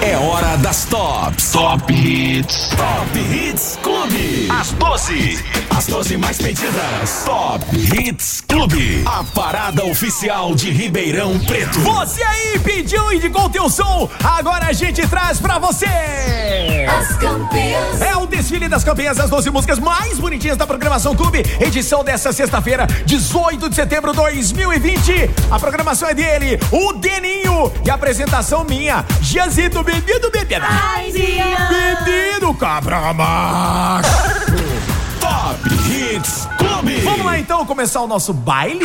É hora das tops. Top Hits. Top Hits Clube. Às 12. As 12 mais pedidas. Top Hits Clube. A parada oficial de Ribeirão Preto. Você aí pediu e indicou o teu som. Agora a gente traz pra você As campeãs. É o desfile das campeãs, as 12 músicas mais bonitinhas da programação Clube. Edição dessa sexta-feira, 18 de setembro de 2020. A programação é dele, o Deninho. E a apresentação minha, Giazito, bem-vindo, bebê. Bem-vindo, cabra macho. Top Hits Clube. Vamos lá então começar o nosso baile?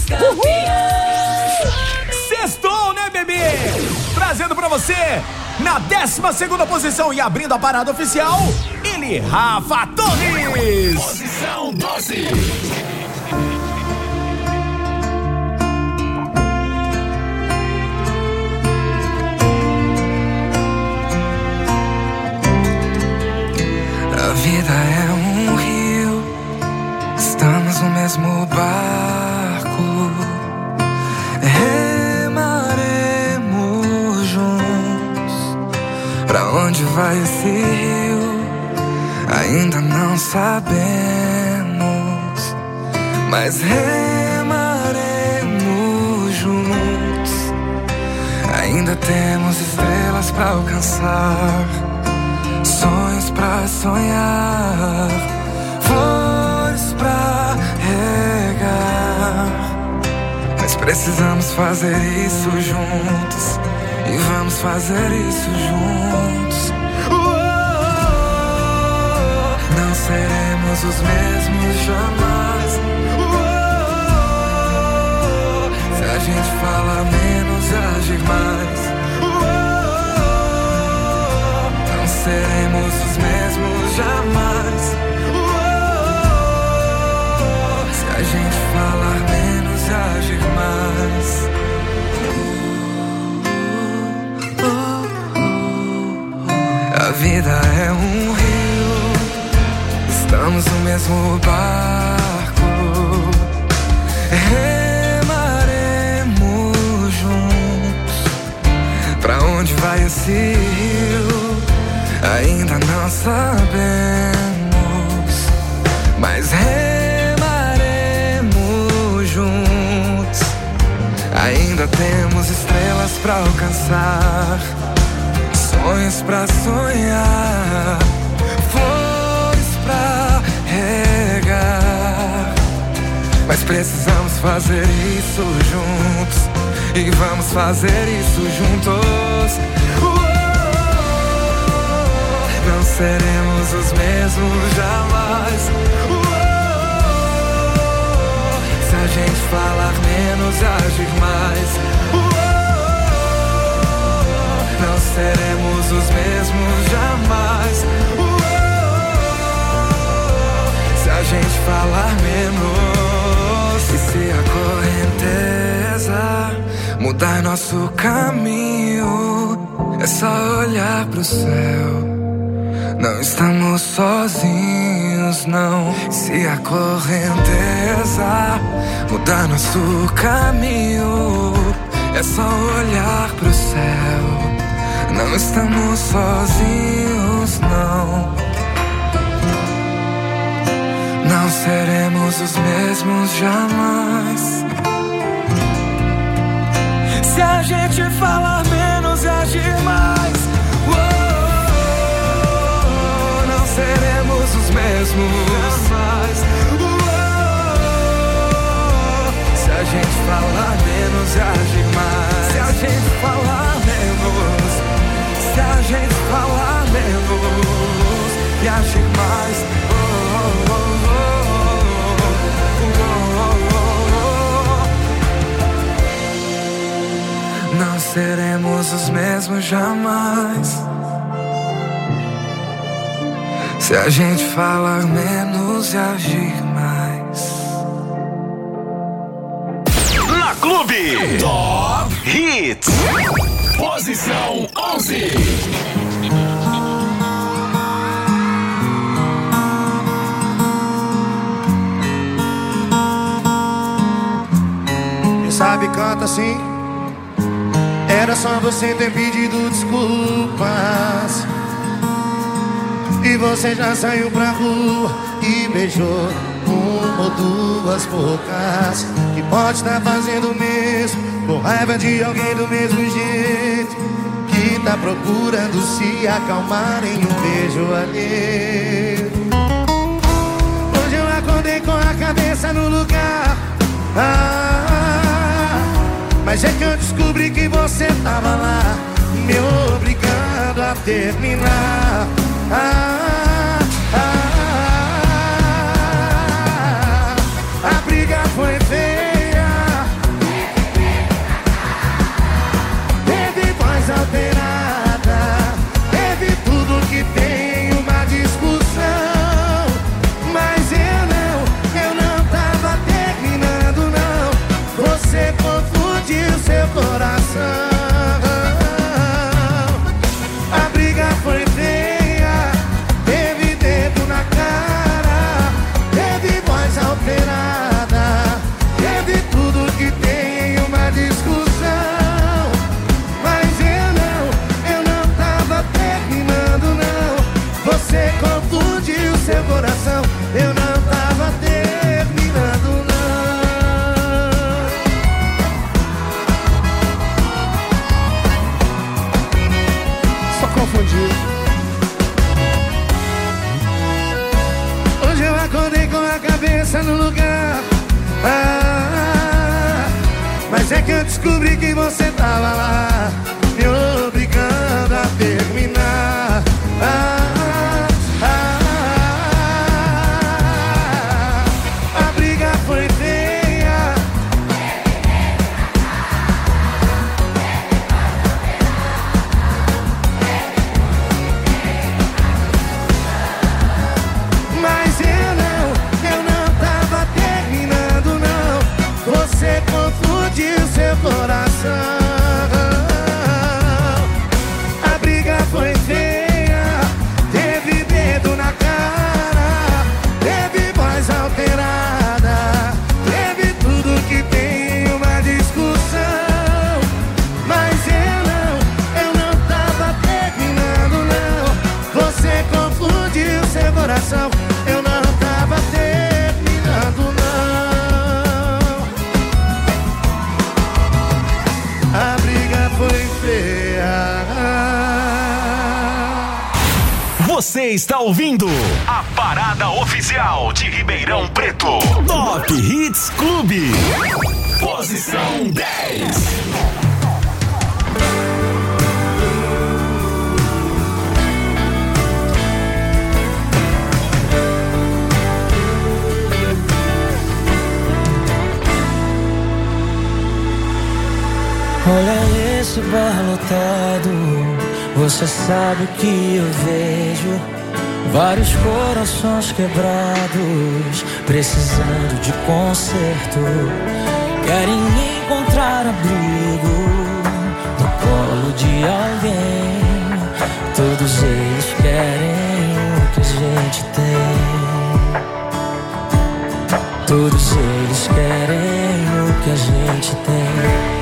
Sextou, né, bebê? Trazendo pra você na 12ª posição e abrindo a parada oficial, ele, Rafa Torres. Posição 12. A vida é um rio, estamos no mesmo barco. Remaremos juntos. Pra onde vai esse rio? Ainda não sabemos, mas remaremos juntos. Ainda temos estrelas pra alcançar, sonhos pra sonhar, flores pra regar. Mas precisamos fazer isso juntos, e vamos fazer isso juntos. Não seremos os mesmos jamais. Se a gente fala menos e agir mais, não seremos os mesmos jamais. Se a gente falar menos e agir mais. A vida é um rio, estamos no mesmo barco. Remaremos juntos. Pra onde vai esse rio? Ainda não sabemos, mas remaremos juntos. Ainda temos estrelas pra alcançar, sonhos pra sonhar, flores pra regar. Mas precisamos fazer isso juntos, e vamos fazer isso juntos. Não seremos os mesmos jamais. Se a gente falar menos e agir mais, não seremos os mesmos jamais. Se a gente falar menos. E se a correnteza mudar nosso caminho, é só olhar pro céu. Não estamos sozinhos, não. Se a correnteza mudar nosso caminho, é só olhar pro céu. Não estamos sozinhos, não. Não seremos os mesmos jamais. Se a gente falar menos e agir mais, não seremos os mesmos jamais. Se a gente falar menos e agir mais. Se a gente falar menos. Se a gente falar menos e agir mais. Não seremos os mesmos jamais. Se a gente falar menos e agir mais. Na Clube Top Hits, posição 11. Quem sabe canta assim. Era só você ter pedido desculpa. você já saiu pra rua e beijou uma ou duas bocas, que pode estar fazendo o mesmo, com raiva de alguém do mesmo jeito, que tá procurando se acalmar em um beijo alheio. Hoje eu acordei com a cabeça no lugar, mas é que eu descobri que você tava lá, me obrigando a terminar. A briga foi feia, teve voz alterada, teve tudo que tem em uma discussão, mas eu não tava terminando não, você confundiu seu coração. A briga foi feia, teve dedo na cara, teve voz alterada, teve tudo que tem em uma discussão, mas eu não tava terminando não, você confundiu seu coração, eu não tava terminando não. Só confundiu. Hoje eu acordei com a cabeça no lugar, mas é que eu descobri que você tava lá, me obrigando a terminar. A briga foi feia, mas eu não tava terminando não, você confundiu seu coração. A briga foi feia, teve dedo na cara, teve voz alterada, teve tudo que tem em uma discussão, mas eu não tava terminando não, você confundiu seu coração, eu não tava terminando não. A briga foi feia. Você está ouvindo a parada oficial de Ribeirão Preto. Top Hits Clube. Posição 10. Olha esse bar lotado, você sabe o que eu vejo. Vários corações quebrados, precisando de conserto. Querem encontrar abrigo no colo de alguém. Todos eles querem o que a gente tem. Todos eles querem o que a gente tem.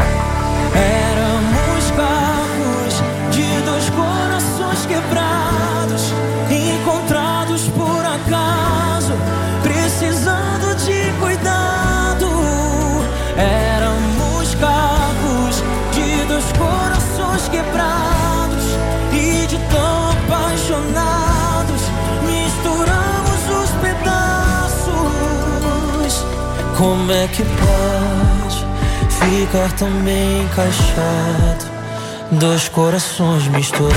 Éramos carros de dois corações quebrados, encontrados por acaso, precisando de cuidado. Éramos carros de dois corações quebrados e de tão apaixonados, misturamos os pedaços. Como é que pode ficar tão bem encaixado, dois corações misturados?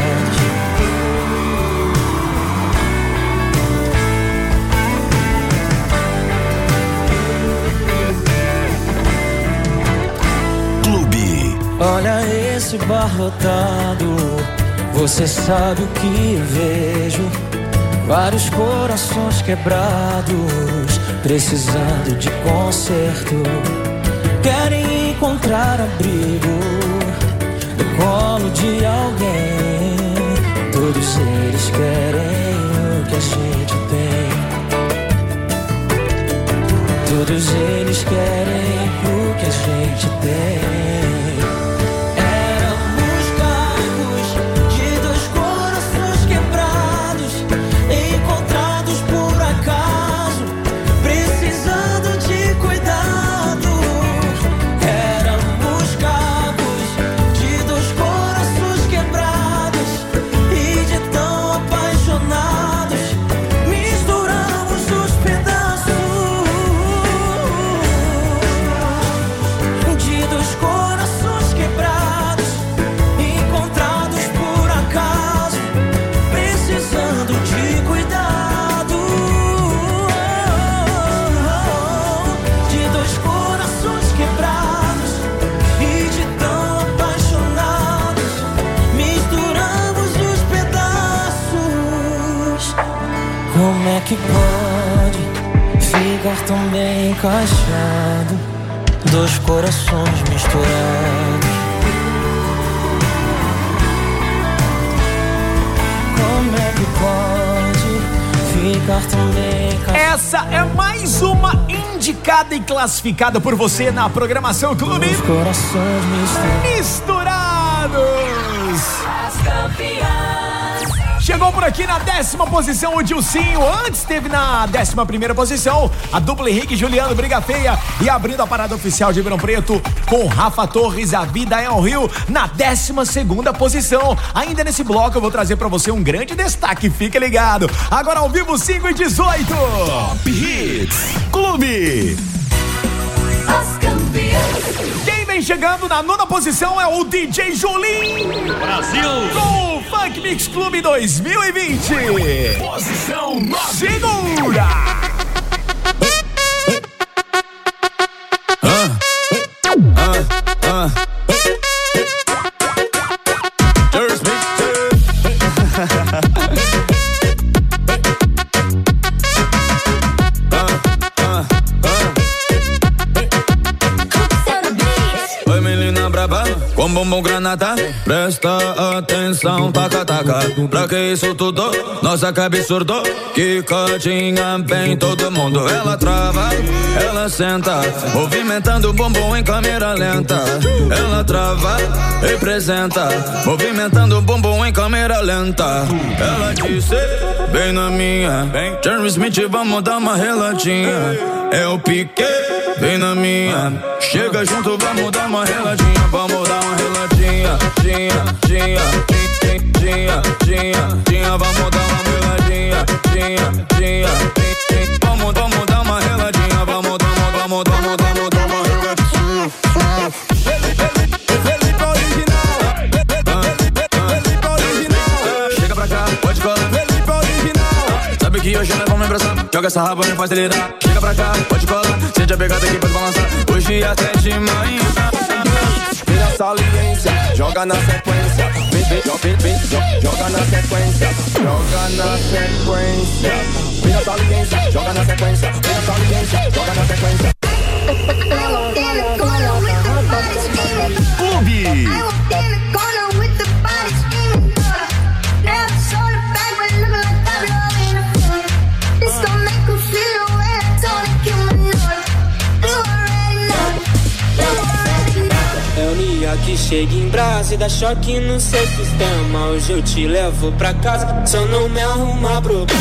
Clube. Olha esse bar lotado, você sabe o que eu vejo. Vários corações quebrados, precisando de conserto. Querem encontrar abrigo no colo de alguém. Todos eles querem o que a gente tem. Todos eles querem o que a gente tem. Éramos carros de dois corações quebrados, ficar tão bem encaixado, dois corações misturados. Como é que pode ficar tão bem encaixado? Essa é mais uma indicada e classificada por você na programação Clube. Dois corações misturados. As campeãs. Chegou por aqui na 10ª posição o Dilcinho. Antes teve na 11ª posição a dupla Henrique e Juliano, Briga Feia. E abrindo a parada oficial de Ribeirão Preto com Rafa Torres, A Vida é um Rio, na 12ª posição. Ainda nesse bloco eu vou trazer pra você um grande destaque, fica ligado. Agora ao vivo 5 e 18. Top Hits Clube. As campeãs. Quem vem chegando na 9ª posição é o DJ Julinho Brasil. com o Funk Mix Clube 2020. Posição 9. Segura! Com bumbum granada, presta atenção, taca, taca. Pra que isso tudo? Nossa, que absurdo. Que cotinha bem todo mundo. Ela trava, ela senta, movimentando o bumbum em câmera lenta. Ela trava, representa, movimentando o bumbum em câmera lenta. Ela disse, bem na minha, Jerry Smith, vamos dar uma reladinha. É o Piquet, vem na minha. Chega junto, vamos dar uma reladinha. Vamos dar uma reladinha. Dinha, vamos dar uma reladinha. Dinha. Vamos dar uma reladinha. Vamos dar uma reladinha. Felipe original. Chega pra cá, pode colar. Felipe original. Sabe que hoje nós vamos abraçar. Joga essa raba, me faz delirar. Chega pra cá, pode colar. Sente a pegada aqui, pode balançar. Hoje até de manhã. Vira saliência, joga na sequência. Vem, joga na sequência. Joga na sequência. Vira saliência, joga na sequência. Vira saliência, joga na sequência. Clube. Que chega em brasa e dá choque no seu sistema. Hoje eu te levo pra casa, só não me arruma problema.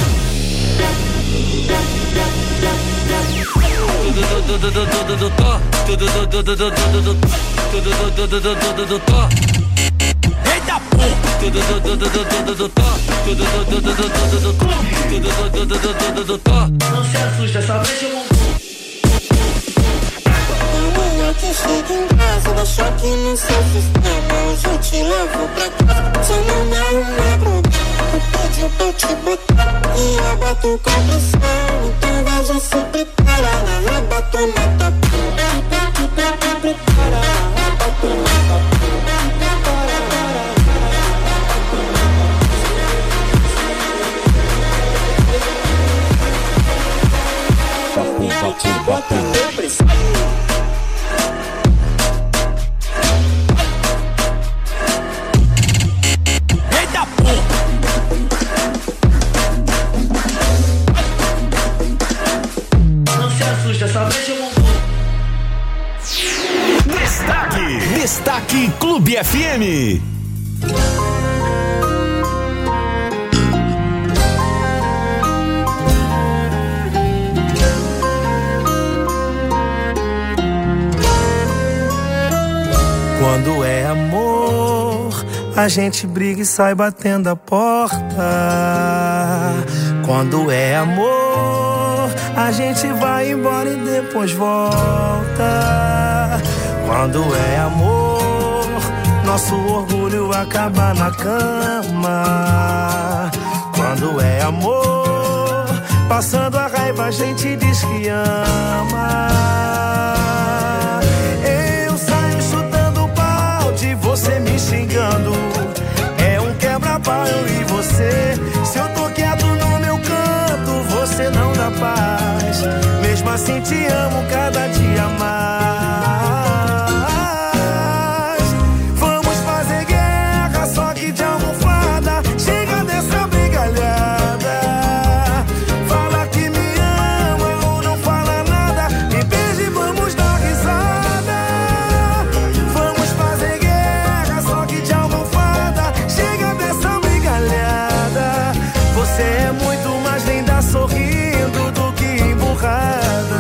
Eita porra! Não se assusta, essa vez eu vou. Que chega em casa, dá choque no seu sistema. Hoje eu te levo pra casa, só não me arruma problema. Eu pedi pra eu te botar e eu boto com pressão. Então vai já se prepara, eu boto no tapão. Prepara, eu boto no tapão. Te bota no pressão. Destaque Clube FM. Quando é amor, a gente briga e sai batendo a porta. Quando é amor, a gente vai embora e depois volta. Quando é amor, nosso orgulho acaba na cama. Quando é amor, passando a raiva a gente diz que ama. Eu saio chutando balde, você me xingando. É um quebra-pau eu e você. Se eu tô quieto no meu canto, você não dá paz. Mesmo assim assim te amo cada dia mais. Vamos fazer guerra, só que de almofada. Chega dessa brigalhada. Fala que me ama ou não fala nada. Me beija e vamos dar risada. Vamos fazer guerra, só que de almofada. Chega dessa brigalhada. Você é muito mais linda sorrindo do que emburrada.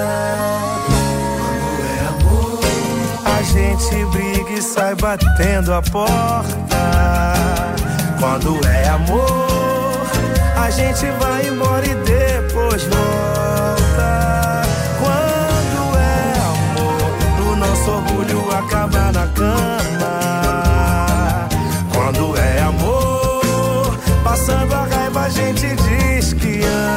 Quando é amor, a gente briga e sai batendo a porta. Quando é amor, a gente vai embora e depois volta. Quando é amor, o nosso orgulho acaba na cama. Quando é amor, passando a raiva a gente diz que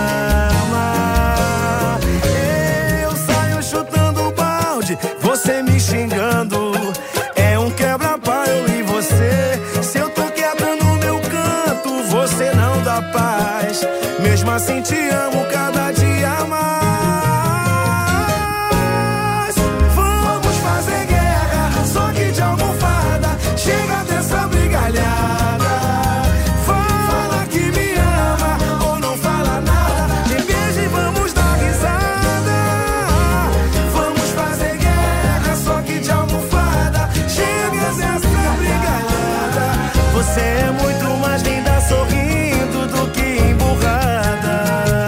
ama. Eu saio chutando o balde, você me xingando. É um quebra-pau eu e você. Se eu tô quieto no meu canto, você não dá paz. Mesmo assim te amo cada dia mais. Vamos fazer guerra, só que de almofada. Chega dessa brigalhada. Fala que me ama ou não fala nada. Me beija e vamos dar risada. Vamos fazer guerra, só que de almofada. Chega dessa brigalhada. Você é muito mais linda sorrindo do que emburrada.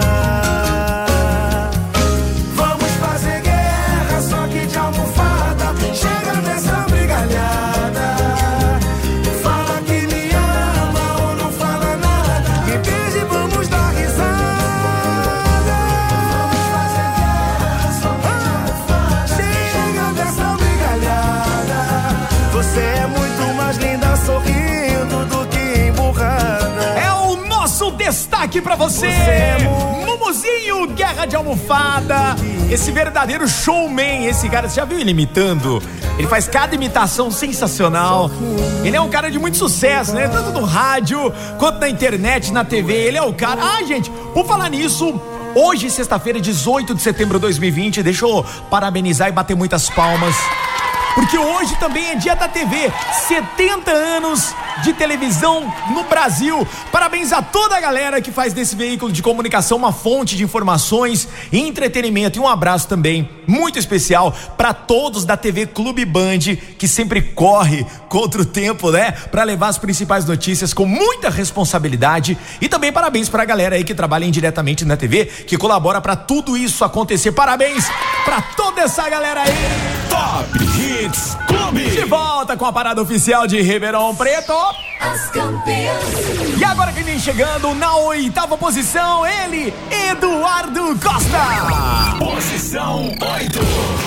Vamos fazer guerra, só que de almofada. Chega dessa brigalhada. Fala que me ama ou não fala nada. Me beija e vamos dar risada. Vamos fazer guerra, só que de almofada. Chega dessa brigalhada. Você é muito mais linda sorrindo do que emburrada. É o nosso destaque pra você, Mumuzinho, Guerra de Almofada. Esse verdadeiro showman, esse cara, você já viu ele imitando? Ele faz cada imitação sensacional. Ele é um cara de muito sucesso, né? Tanto no rádio, quanto na internet, na TV. Ele é o cara. Ah, gente, por falar nisso, hoje, sexta-feira, 18 de setembro de 2020, deixa eu parabenizar e bater muitas palmas. Porque hoje também é dia da TV, 70 anos de televisão no Brasil. Parabéns a toda a galera que faz desse veículo de comunicação uma fonte de informações e entretenimento. E um abraço também muito especial para todos da TV Clube Band, que sempre corre contra o tempo, né? Para levar as principais notícias com muita responsabilidade. E também parabéns para a galera aí que trabalha indiretamente na TV, que colabora para tudo isso acontecer. Parabéns para toda essa galera aí. Top Hits Clube. De volta com a parada oficial de Ribeirão Preto. As campeãs. E agora que vem chegando na 8ª posição, ele, Eduardo Costa. Posição 8.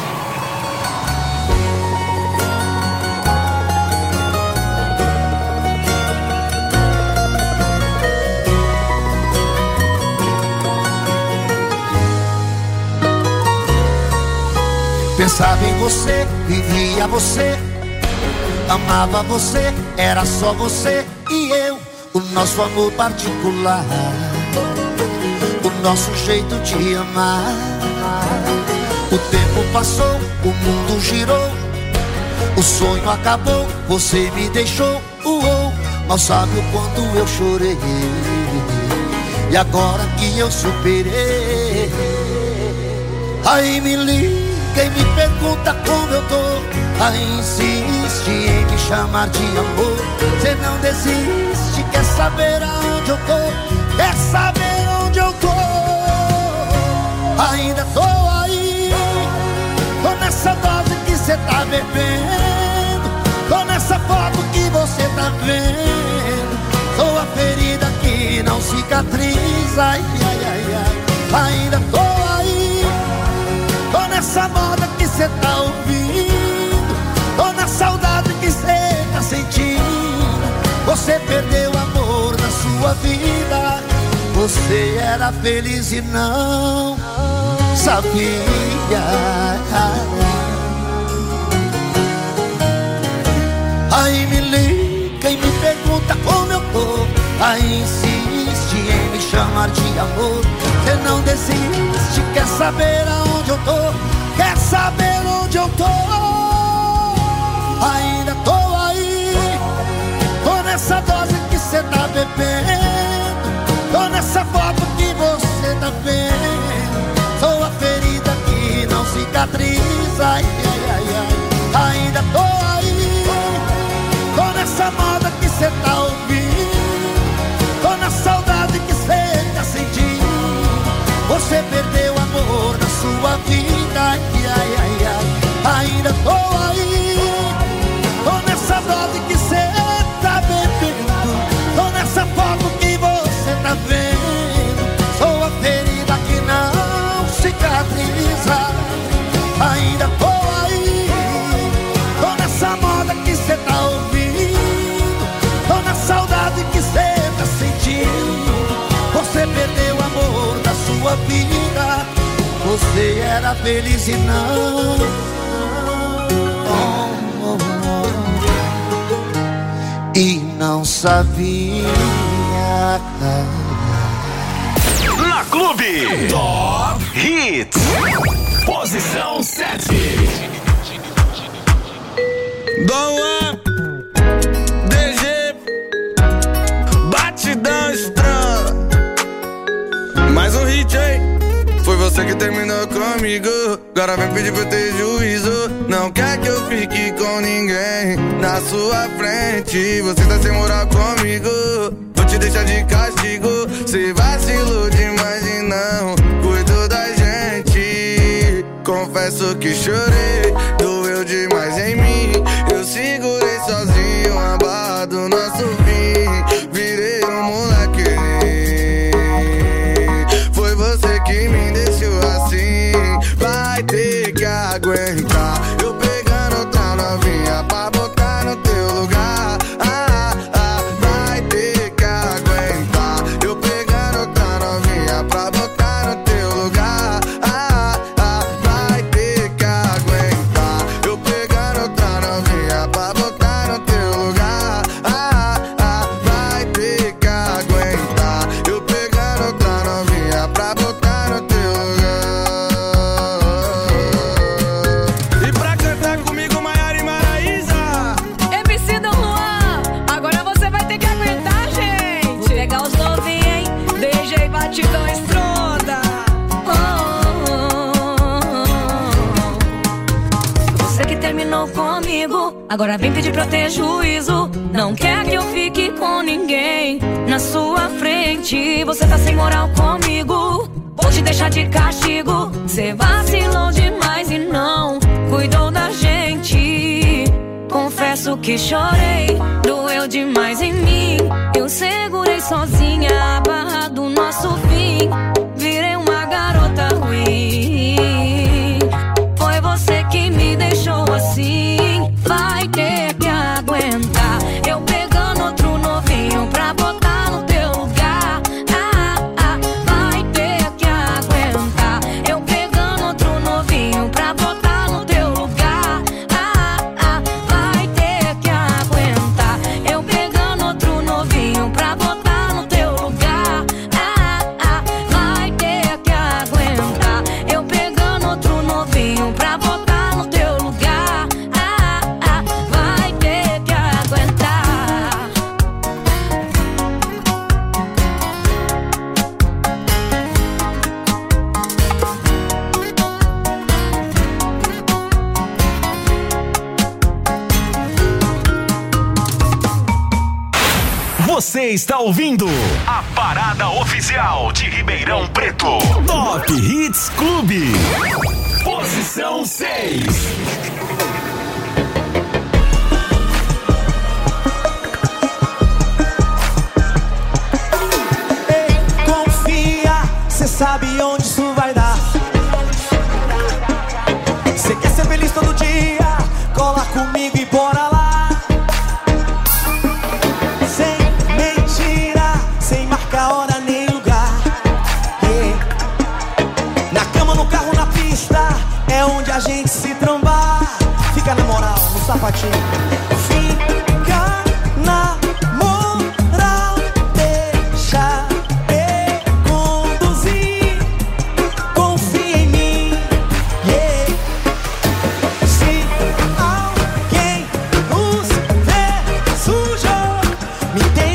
Pensava em você, vivia você, amava você, era só você e eu. O nosso amor particular, o nosso jeito de amar. O tempo passou, o mundo girou, o sonho acabou, você me deixou. Mal sabe o quanto eu chorei, e agora que eu superei, aí me liga e me pergunta como eu tô. Aí insiste em me chamar de amor. Cê não desiste, quer saber aonde eu tô, quer saber onde eu tô. Ainda tô aí, tô nessa dose que cê tá bebendo, tô nessa foto que você tá vendo. Sou a ferida que não cicatriza, ai, ai, ai, ai. Ainda tô aí, tô nessa moda que cê tá ouvindo, tô na saudade que cê tá sentindo. Você perdeu amor na sua vida, você era feliz e não sabia. Aí me liga e me pergunta como eu tô, aí insiste em me chamar de amor. Você não desiste, quer saber aonde eu tô, quer saber onde eu tô. Ainda tô aí, tô nessa dose que cê tá bebendo, tô nessa foto que você tá vendo. Sou a ferida que não cicatriza, ai, ai, ai, ai. Ainda tô aí, tô nessa moda que cê tá ouvindo, tô na saudade que cê tá sentindo. Você perdeu o amor da sua vida, ai, ai, ai, ai. Ainda tô aí, tô nessa dose que cê tá bebendo, tô nessa foto que você tá vendo. Sou a ferida que não cicatriza. Ainda tô aí, tô nessa moda que cê tá ouvindo, tô na saudade que cê tá sentindo. Você perdeu o amor da sua vida, você era feliz e não. E não sabia. Na Clube Top Hits, posição 7. Dom Juan, DG, batidão estrela. Mais um hit, hein? Foi você que terminou comigo, agora vem pedir pra eu ter juízo. Não quer que eu fique com ninguém na sua frente, você tá sem moral comigo, vou te deixar de castigo. Cê vacilou demais e não cuidou da gente. Confesso que chorei, doeu demais em mim. Eu segurei sozinho a barra do nosso fim, virei um moleque. Foi você que me deixou assim, vai ter que aguentar. Eu pegando outra novinha pra botar no teu lugar. Vai ter que aguentar. Eu pegando outra novinha pra botar no teu lugar. Vai ter que aguentar. Eu pegando outra novinha pra botar no teu lugar. Vai ter que aguentar. Eu pegando outra novinha pra botar no teu lugar. E pra cantar comigo, Maiara e Maraísa. MC Dom Juan, agora você vai ter que aguentar, gente. Vou pegar os novinhos, hein? DJ batidão estronda. Você que terminou comigo, agora vem pedir pra eu ter juízo. Não quer que eu fique com ninguém na sua frente, você tá sem moral comigo, vou te deixar de castigo. Cê vacilou demais e não cuidou da gente. Confesso que chorei, doeu demais em mim. Eu segurei sozinha a barra do nosso fim, virei uma garota ruim. Foi você que me deixou assim, vai ter que aguentar. Eu pegando outro novinho pra botar no teu lugar. Vai ter que aguentar. Eu pegando outro novinho pra botar no teu lugar. Vai ter que aguentar. Eu pegando outro novinho pra botar no teu lugar. Vai ter que aguentar. Eu pegando outro novinho pra botar no teu lugar. Vai ter que aguentar. Você está ouvindo a parada oficial de Ribeirão Preto. Top Hits Clube. Posição 6. Ei, confia, cê sabe onde isso vai dar. Cê quer ser feliz todo dia, cola comigo e bora lá. Sem mentira, sem marcar hora nem lugar. Na cama, no carro, na pista, é onde a gente se trombar. Fica na moral, no sapatinho. Fica na moral, deixa eu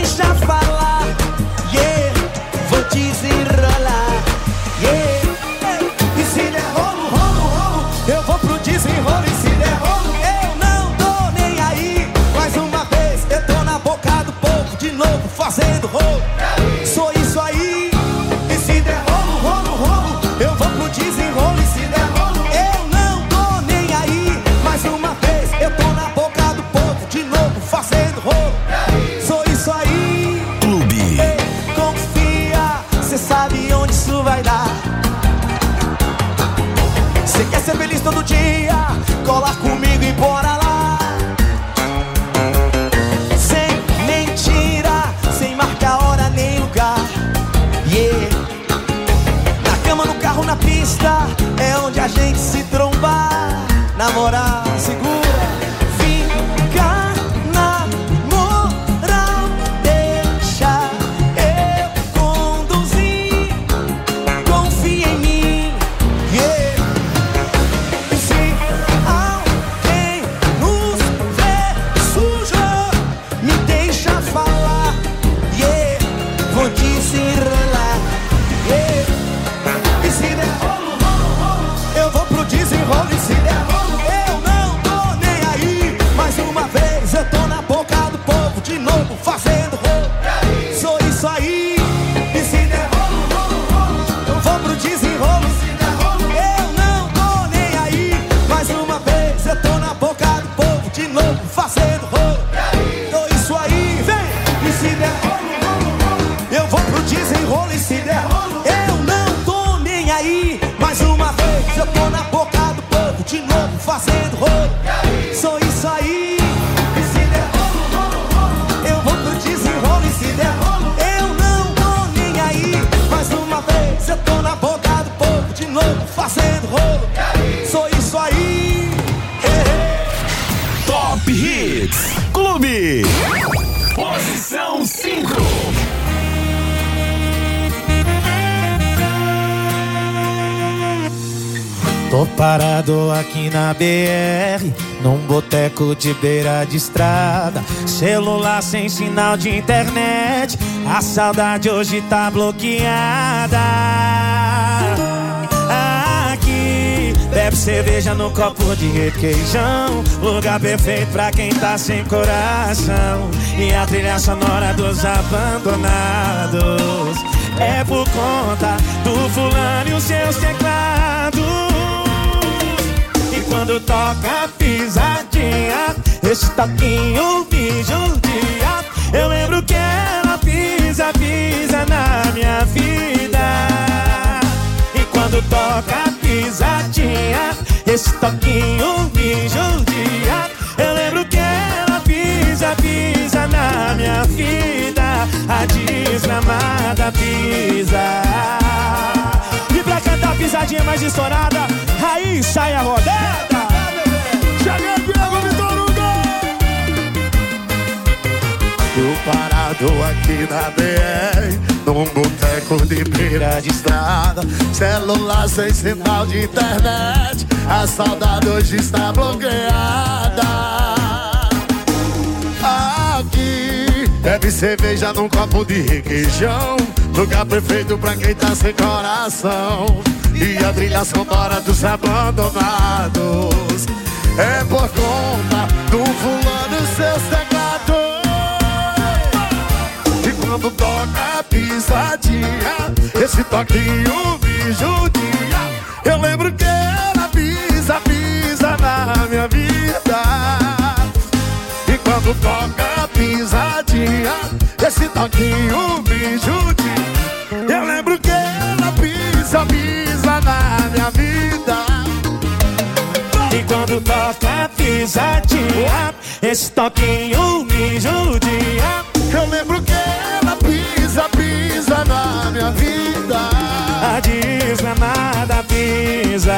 deixa falar, yeah, vou desenrolar, yeah. E se der rolo, rolo, rolo, eu vou pro desenrolo. E se der rolo, eu não tô nem aí. Mais uma vez, eu tô na boca do povo, de novo fazendo rolo. Sou isso aí. E se der rolo, rolo, rolo, eu vou pro desenrolo. E se der rolo, eu não tô nem aí. Mais uma vez, eu tô na boca do povo, de novo fazendo rolo. Sou isso aí. Clube. Ei, confia, cê sabe onde isso vai dar. Cê quer ser feliz todo dia, cola comigo e bora lá. Sem mentira, sem marcar hora nem lugar, yeah. Na cama, no carro, na pista, é onde a gente se trombar. Na moral, segura, fica na moral, deixa eu conduzir, confia em mim, yeah. E se alguém nos vê sujo, me deixa falar, yeah, vou desenrolar, yeah. E se der rolo, rolo, rolo, eu vou pro desenrolo. E se der rolo, eu não tô nem aí. Mais uma vez, eu tô na boca do povo, de novo fazendo rolo. Sou isso aí. E se der rolo, rolo, rolo, eu vou pro desenrolo. E se der rolo, eu não tô nem aí. Mais uma vez, eu tô na boca do povo, de novo fazendo rolo. Sou isso aí, vem. E se der rolo, rolo, rolo, eu vou pro desenrolo. E se der rolo, eu não tô nem aí. Mais uma vez, eu tô na boca do povo, de novo fazendo rolo. Sou isso aí. E se der rolo, rolo, rolo, eu vou pro desenrolo. E se der rolo, eu não tô nem aí. Mais uma vez, eu tô na boca do povo, de novo fazendo rolo. Sou isso aí. Top Hits Clube. Posição 5. Tô parado aqui na BR, num boteco de beira de estrada. Celular sem sinal de internet, a saudade hoje tá bloqueada. Aqui, bebe cerveja no copo de requeijão, lugar perfeito pra quem tá sem coração. E a trilha sonora dos abandonados é por conta do fulano e os seus teclados. E quando toca a pisadinha, esse toquinho me judia. Eu lembro que ela pisa, pisa na minha vida. E quando toca a pisadinha, esse toquinho me judia. Eu lembro que ela pisa, pisa na minha vida. A desgramada pisa. E pra cantar a pisadinha mais estourada, aí sai a rodada. Cheguei, Diego Vitor Hugo. Tô parado aqui na BR, num boteco de beira de estrada. Celular sem sinal de internet, a saudade hoje está bloqueada. Aqui, bebe cerveja num copo de requeijão, lugar perfeito pra quem tá sem coração. E a trilha sonora dos abandonados é por conta do fulano e seus teclados. E quando toca a pisadinha, esse toquinho me judia. Eu lembro que ela pisa, pisa na minha vida. E quando toca a pisadinha, esse toquinho me judia. Eu lembro que ela pisa, pisa na minha vida. E quando toca a pisadinha, esse toquinho me judia. Eu lembro que ela pisa, pisa na minha vida. A desgramada pisa.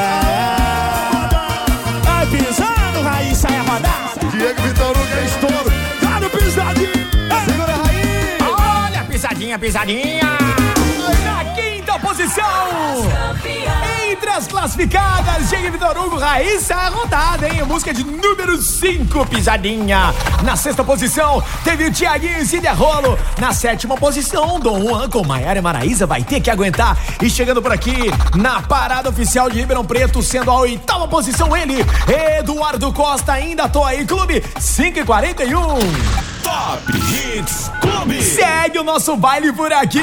Vai pisando, raiz, sai a rodada. Diego Vitor Hugo é estouro. Tá no pisadinha. Segura a raiz. Olha a pisadinha, pisadinha. Na quinta posição. Entre as classificadas, Diego Vitor Hugo, Raíssa Rodada, hein? Música de número 5, Pisadinha. Na sexta posição, teve o Thiaguinho e Cília Rolo. Na sétima posição, Dom Juan com Maiara e Maraísa, vai ter que aguentar. E chegando por aqui, na parada oficial de Ribeirão Preto, sendo a oitava posição, ele, Eduardo Costa, ainda tô aí, Clube 5:41. Top Hits Clube. Segue o nosso baile por aqui.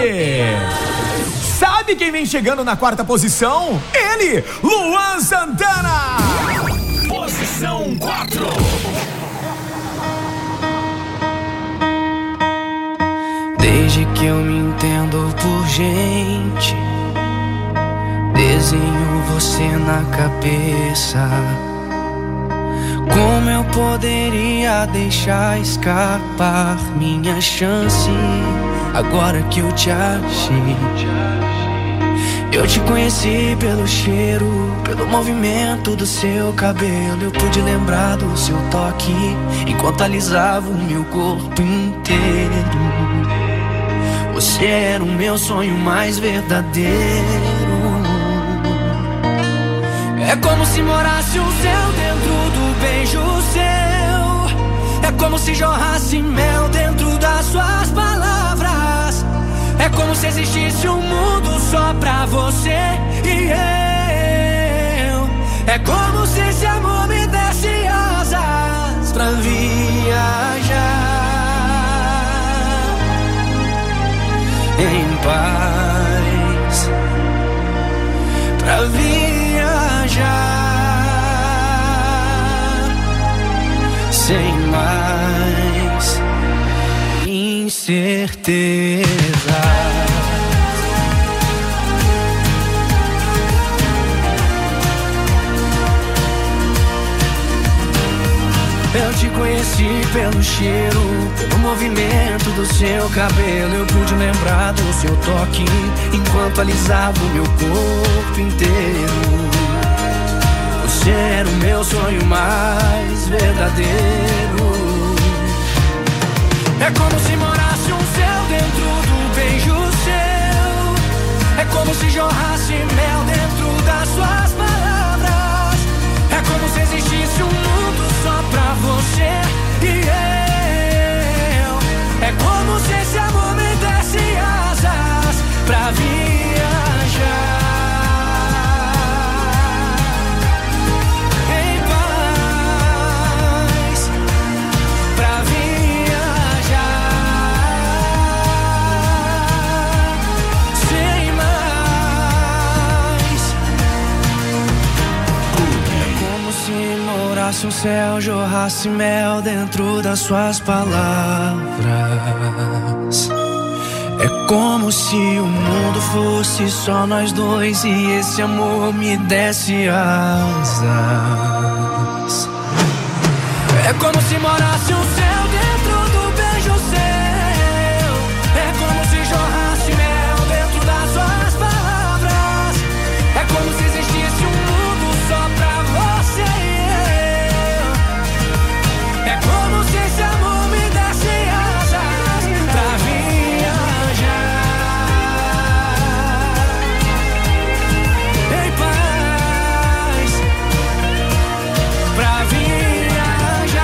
Sabe quem vem chegando na quarta posição? Ele, Luan Santana. Posição 4. Desde que eu me entendo por gente, desenho você na cabeça. Como eu poderia deixar escapar minha chance agora que eu te achei? Eu te conheci pelo cheiro, pelo movimento do seu cabelo. Eu pude lembrar do seu toque enquanto alisava o meu corpo inteiro. Você era o meu sonho mais verdadeiro. É como se morasse o céu dentro do beijo seu. É como se jorrasse mel dentro das suas palavras. É como se existisse um mundo só pra você e eu. É como se esse amor me desse asas pra viajar em paz, pra viajar sem mais incerteza. Eu te conheci pelo cheiro, pelo movimento do seu cabelo. Eu pude lembrar do seu toque enquanto alisava o meu corpo inteiro. Você era o meu sonho mais verdadeiro. É como se morasse um céu dentro do beijo seu. É como se jorrasse mel dentro das suas palavras. É como se existisse um mundo só pra você e eu. É como se esse amor me desse asas pra viajar em paz, pra viajar sem mais. É como se morasse um céu, jorrasse mel dentro das suas palavras. É como se o mundo fosse só nós dois e esse amor me desse asas. É como se morasse um céu dentro do beijo seu. É como se jorrasse mel dentro das suas palavras. É como se existisse um mundo só pra você e eu. É como se esse amor me desse asas pra viajar em paz, pra viajar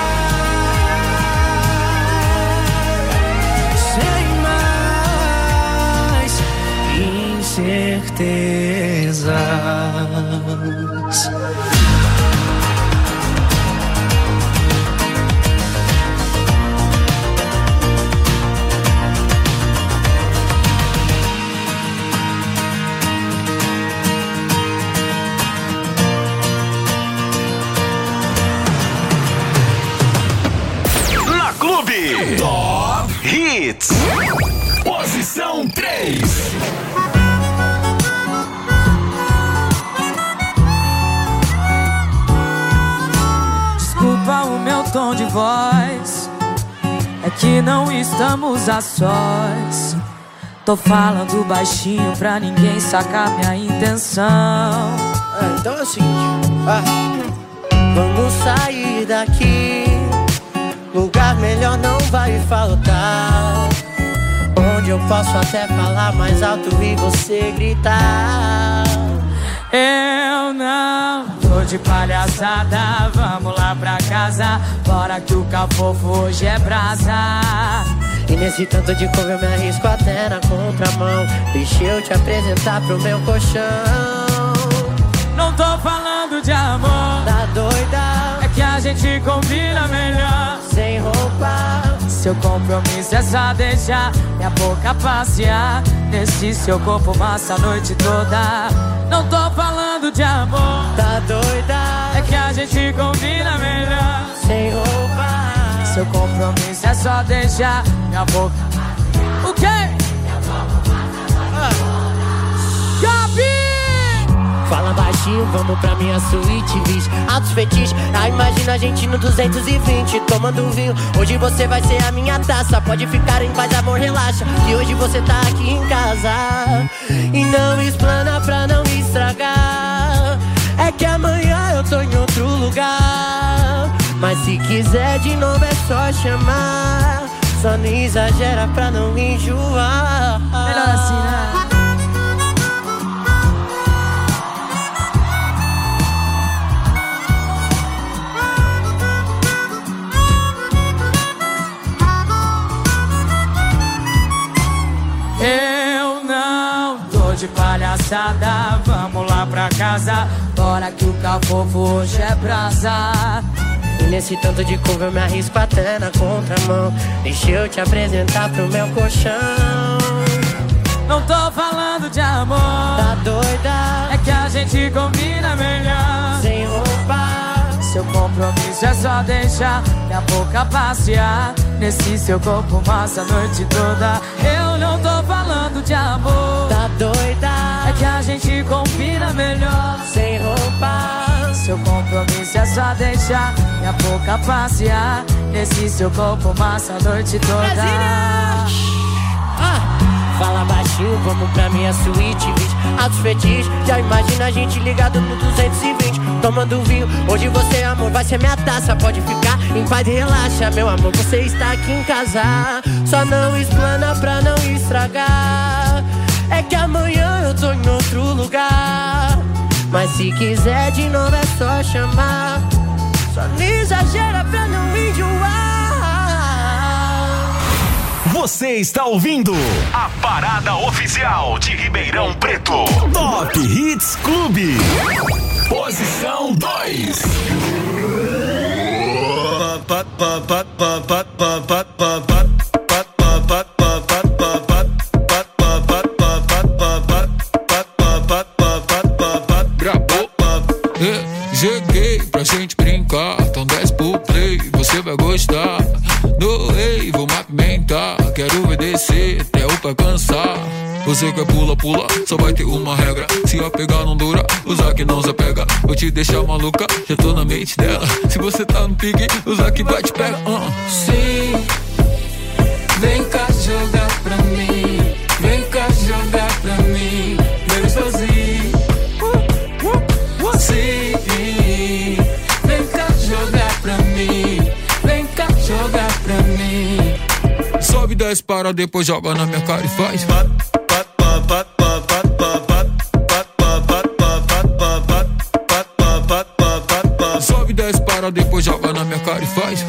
sem mais incertezas. Na Clube Top Hits. Posição 3. Desculpa o meu tom de voz, é que não estamos a sós. Tô falando baixinho pra ninguém sacar minha intenção. Então é o seguinte, vamos sair daqui. Lugar melhor não vai faltar. Onde eu posso até falar mais alto e você gritar. Eu não tô de palhaçada, vamos lá pra casa, bora que o cafofo hoje é brasa. E nesse tanto de couve eu me arrisco até na contramão. Deixa eu te apresentar pro meu colchão. Não tô falando de amor, tá doida? É que a gente combina melhor sem roupa. Seu compromisso é só deixar minha boca passear nesse seu corpo massa a noite toda. Não tô falando de amor, tá doida? É que a gente combina melhor sem roupa. Seu compromisso é só deixar minha boca. O quê? Gabi! Fala baixinho, vamos pra minha suíte, bicho. Altos fetiches, imagina a gente no 220 tomando vinho, hoje você vai ser a minha taça. Pode ficar em paz, amor, relaxa, que hoje você tá aqui em casa. E não explana pra não estragar, é que amanhã eu tô em outro lugar. Mas se quiser de novo é só chamar, só não exagera pra não enjoar. Melhor assim, né? Eu não tô de palhaçada, vamos lá pra casa, bora que o cafofo hoje é brasa. E nesse tanto de couve eu me arrisco até na contramão. Deixa eu te apresentar pro meu colchão. Não tô falando de amor, tá doida? É que a gente combina melhor sem roupa. Seu compromisso é só deixar minha boca passear nesse seu corpo massa a noite toda. Eu não tô falando de amor, tá doida? É que a gente combina melhor sem roupa. Seu compromisso é só deixar minha boca passear nesse seu corpo massa a noite toda. Fala baixinho, vamos pra minha suíte, bicho. Altos fetiches, já imagina a gente ligado no 220 tomando vinho, hoje você, amor, vai ser minha taça. Pode ficar em paz e relaxa, meu amor, você está aqui em casa. Só não explana pra não estragar, é que amanhã eu tô em outro lugar. Mas se quiser de novo é só chamar, só não exagera pra não enjoar. Você está ouvindo a parada oficial de Ribeirão Preto. Top Hits Clube. Posição 2. Cheguei pra gente brincar, então desce pro play, você vai gostar. Doei, vou movimentar, quero obedecer até o pé cansar. Você quer pula, pula, só vai ter uma regra. Se a pegar não dura, usar que não se pega. Vou te deixar maluca, já tô na mente dela. Se você tá no pique, usar que vai te pegar. Sim, vem cá jogar pra mim, vem cá jogar pra mim, vem sozinho. Sim, vem cá jogar pra mim, vem cá jogar pra mim. Sobe 10 para, depois joga na minha cara e faz. Sobe 10 para, depois joga na minha cara e faz.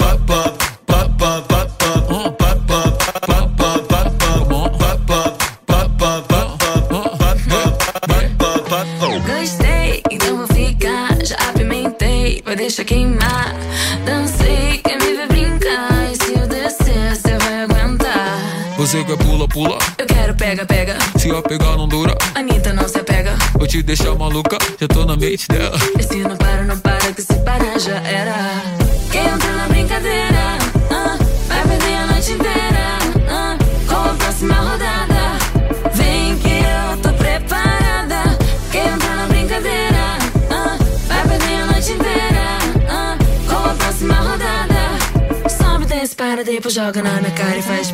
Gostei, então vou ficar. Já apimentei, vai deixar queimar. Dancei, quer me ver brincar. E se eu descer, cê vai aguentar. Você quer pula, pula, eu quero pega, pega. Se eu pegar não dura, Anitta não se apega. vou te deixar maluca, já tô na mente dela. E se não para, não para, que se parar já era. Quem entra na brincadeira, vai perder a noite inteira, com a próxima rodada. Vem que eu tô preparada. Quem entra na brincadeira, vai perder a noite inteira, com a próxima rodada. Sobe, desce, para, depois joga na minha cara e faz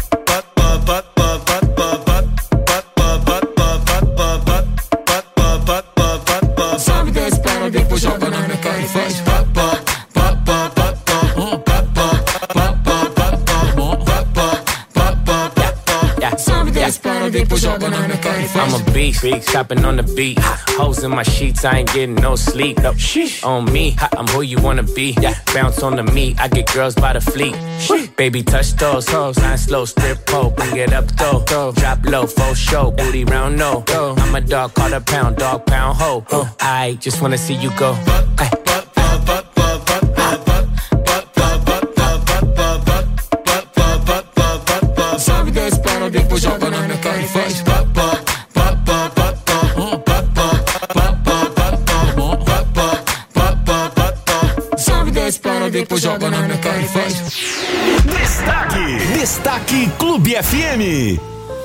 Sobe 10 para, depois joga na minha cara e faz. Sobe, depois joga na minha cara e faz. I'm a beast, chopping on the beat. Hoes in my sheets, I ain't getting no sleep. No, on me, I'm who you wanna be. Bounce on the meat, I get girls by the fleet. Baby, touch those hoes, line slow, strip pole, bring it up though. Drop low, full show, booty round no. I'm a dog, call a pound, dog pound ho. I just wanna see you go. Sobe 10 para, depois joga na minha cara e faz. Sobe 10 para, depois joga na minha cara e faz. Destaque Clube FM.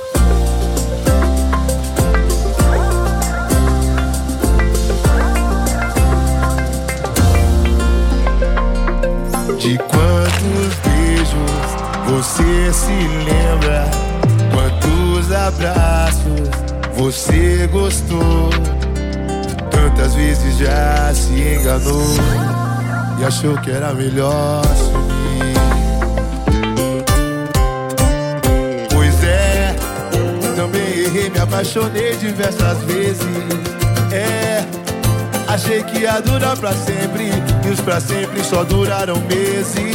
De quantos beijos você se lembra? Quantos abraços você gostou? Tantas vezes já se enganou e achou que era melhor sumir. Pois é, também errei, me apaixonei diversas vezes. Achei que ia durar pra sempre e os pra sempre só duraram meses.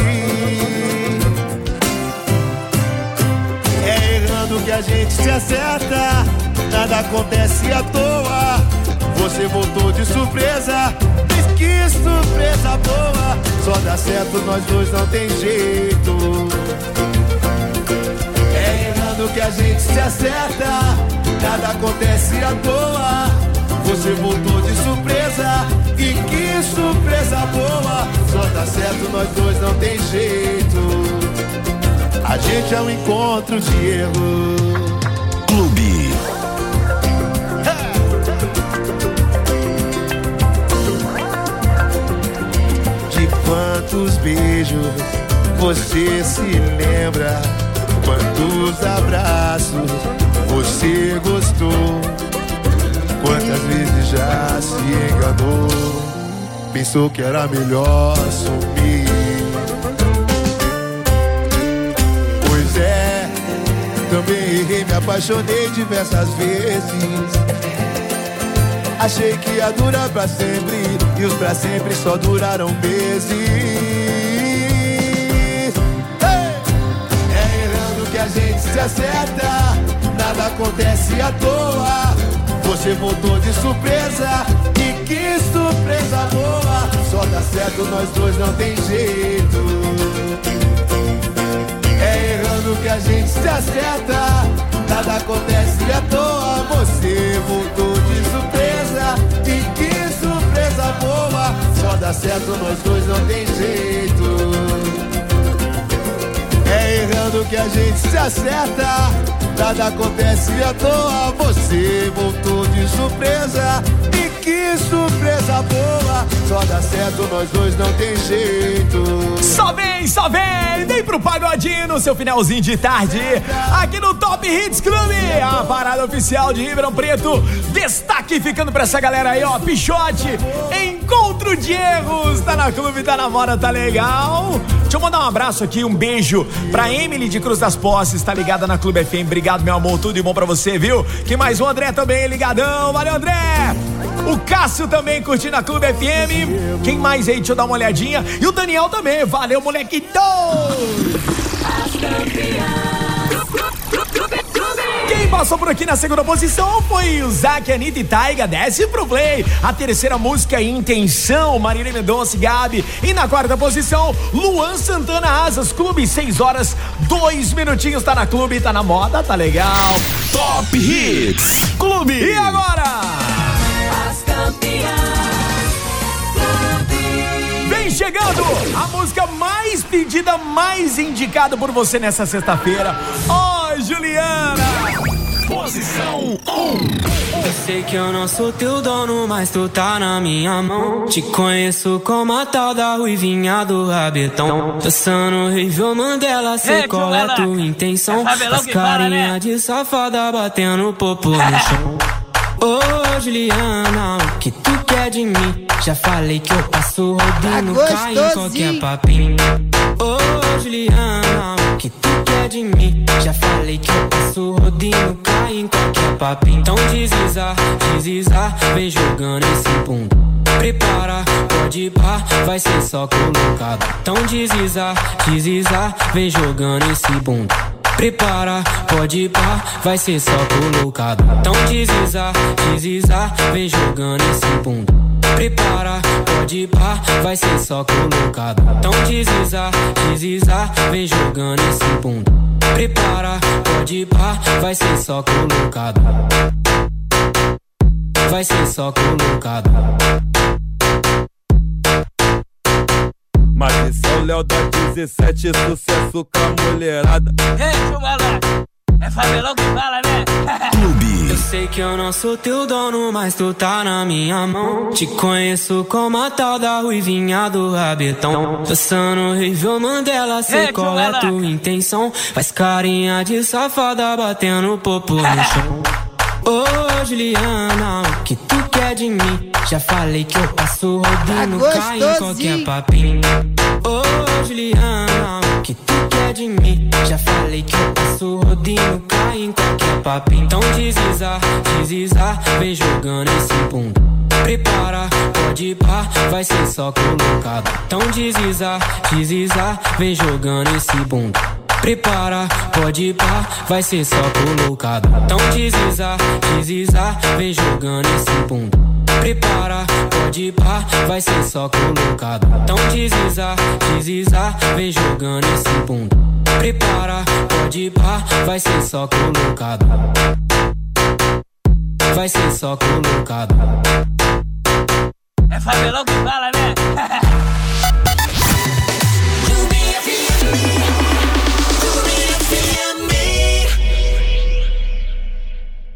É errando que a gente se acerta, nada acontece à toa. Você voltou de surpresa, mas que surpresa boa. Só dá certo, nós dois não tem jeito. É errando que a gente se acerta, nada acontece à toa. Você voltou de surpresa, e que surpresa boa. Só dá certo, nós dois não tem jeito. A gente é um encontro de erro. Clube. De quantos beijos você se lembra? Quantos abraços você gostou? Quantas vezes já se enganou? Pensou que era melhor sumir. Pois é, também errei, me apaixonei diversas vezes. Achei que ia durar pra sempre e os pra sempre só duraram meses. É errando que a gente se acerta, nada acontece à toa. Você voltou de surpresa, e que surpresa boa. Só dá certo, nós dois não tem jeito. É errando que a gente se acerta, nada acontece à toa. Você voltou de surpresa, e que surpresa boa. Só dá certo, nós dois não tem jeito. É errando que a gente se acerta, nada acontece à toa. Você voltou de surpresa, e que surpresa boa. Só dá certo, nós dois não tem jeito. Só vem, vem pro pagodinho no seu finalzinho de tarde, aqui no Top Hits Clube, a parada oficial de Ribeirão Preto. Destaque ficando pra essa galera aí, ó, Pichote, encontro de erros, tá na Clube, tá na moda, tá legal. Deixa eu mandar um abraço aqui, um beijo pra Emily de Cruz das Posses, tá ligada na Clube FM. Obrigado, meu amor, tudo de bom pra você, viu? Que mais o André também ligadão, valeu, André. O Cássio também curtindo a Clube FM. Quem mais aí? Deixa eu dar uma olhadinha. E o Daniel também, valeu, moleque. Quem passou por aqui na segunda posição foi o Zac, Anitta e Taiga, desce pro play. A terceira música, Intenção, Marília Mendonça e Gabi. E na quarta posição, Luan Santana, Asas, Clube, 6 horas, 2 minutinhos, tá na Clube, tá na moda, tá legal. Top Hits Clube. E agora? As campeãs. Vem chegando a música mais pedida, mais indicada por você nessa sexta-feira. Ó, Juliana. Posição 1. Eu sei que eu não sou teu dono, mas tu tá na minha mão. Te conheço como a tal da ruivinha do rabetão. Dançando Rivio Mandela, sei qual é tua intenção. As carinha de safada batendo popo no chão. Ô Juliana, o que tu quer de mim? Já falei que eu passo rodinho, cai em qualquer papinho. Ô Juliana, o que tu quer de mim? Já falei que eu passo rodinho, cai em papinho. Então deslizar, deslizar, vem jogando esse bunda. Prepara, pode pá, vai ser só colocado. Então deslizar, deslizar, vem jogando esse bunda. Prepara, pode pá, vai ser só colocado. Então deslizar, deslizar, vem jogando esse bunda. Prepara, pode pá, vai ser só colocado. Então deslizar, deslizar, vem jogando esse bunda. Prepara, pode pá, vai ser só colocado. Vai ser só colocado. Mas esse é o Léo da 17, sucesso com a mulherada. Ei, chumalá, é favelão que fala, né? Eu sei que eu não sou teu dono, mas tu tá na minha mão. Te conheço como a tal da ruivinha do rabetão. Dançando Rivel Mandela, sei qual é tua intenção. Faz carinha de safada, batendo popo no chão. Ô Juliana, o que tu quer de mim? Já falei que eu passo rodinho, cai em qualquer papinho. Ô Juliana, o que tu quer de mim? Já falei que eu passo rodinho, cai em qualquer papinho. Então deslizar, deslizar, vem jogando esse bunda. Prepara, pode pá, vai ser só colocado. Então deslizar, deslizar, vem jogando esse bunda. Prepara, pode pá, vai ser só colocado. Então deslizar, deslizar, vem jogando esse bunda. Prepara, pode pá, vai ser só colocado. Então deslizar, deslizar, vem jogando esse bunda. Prepara, pode pá, vai ser só colocado. Vai ser só colocado. É favelão que fala, né?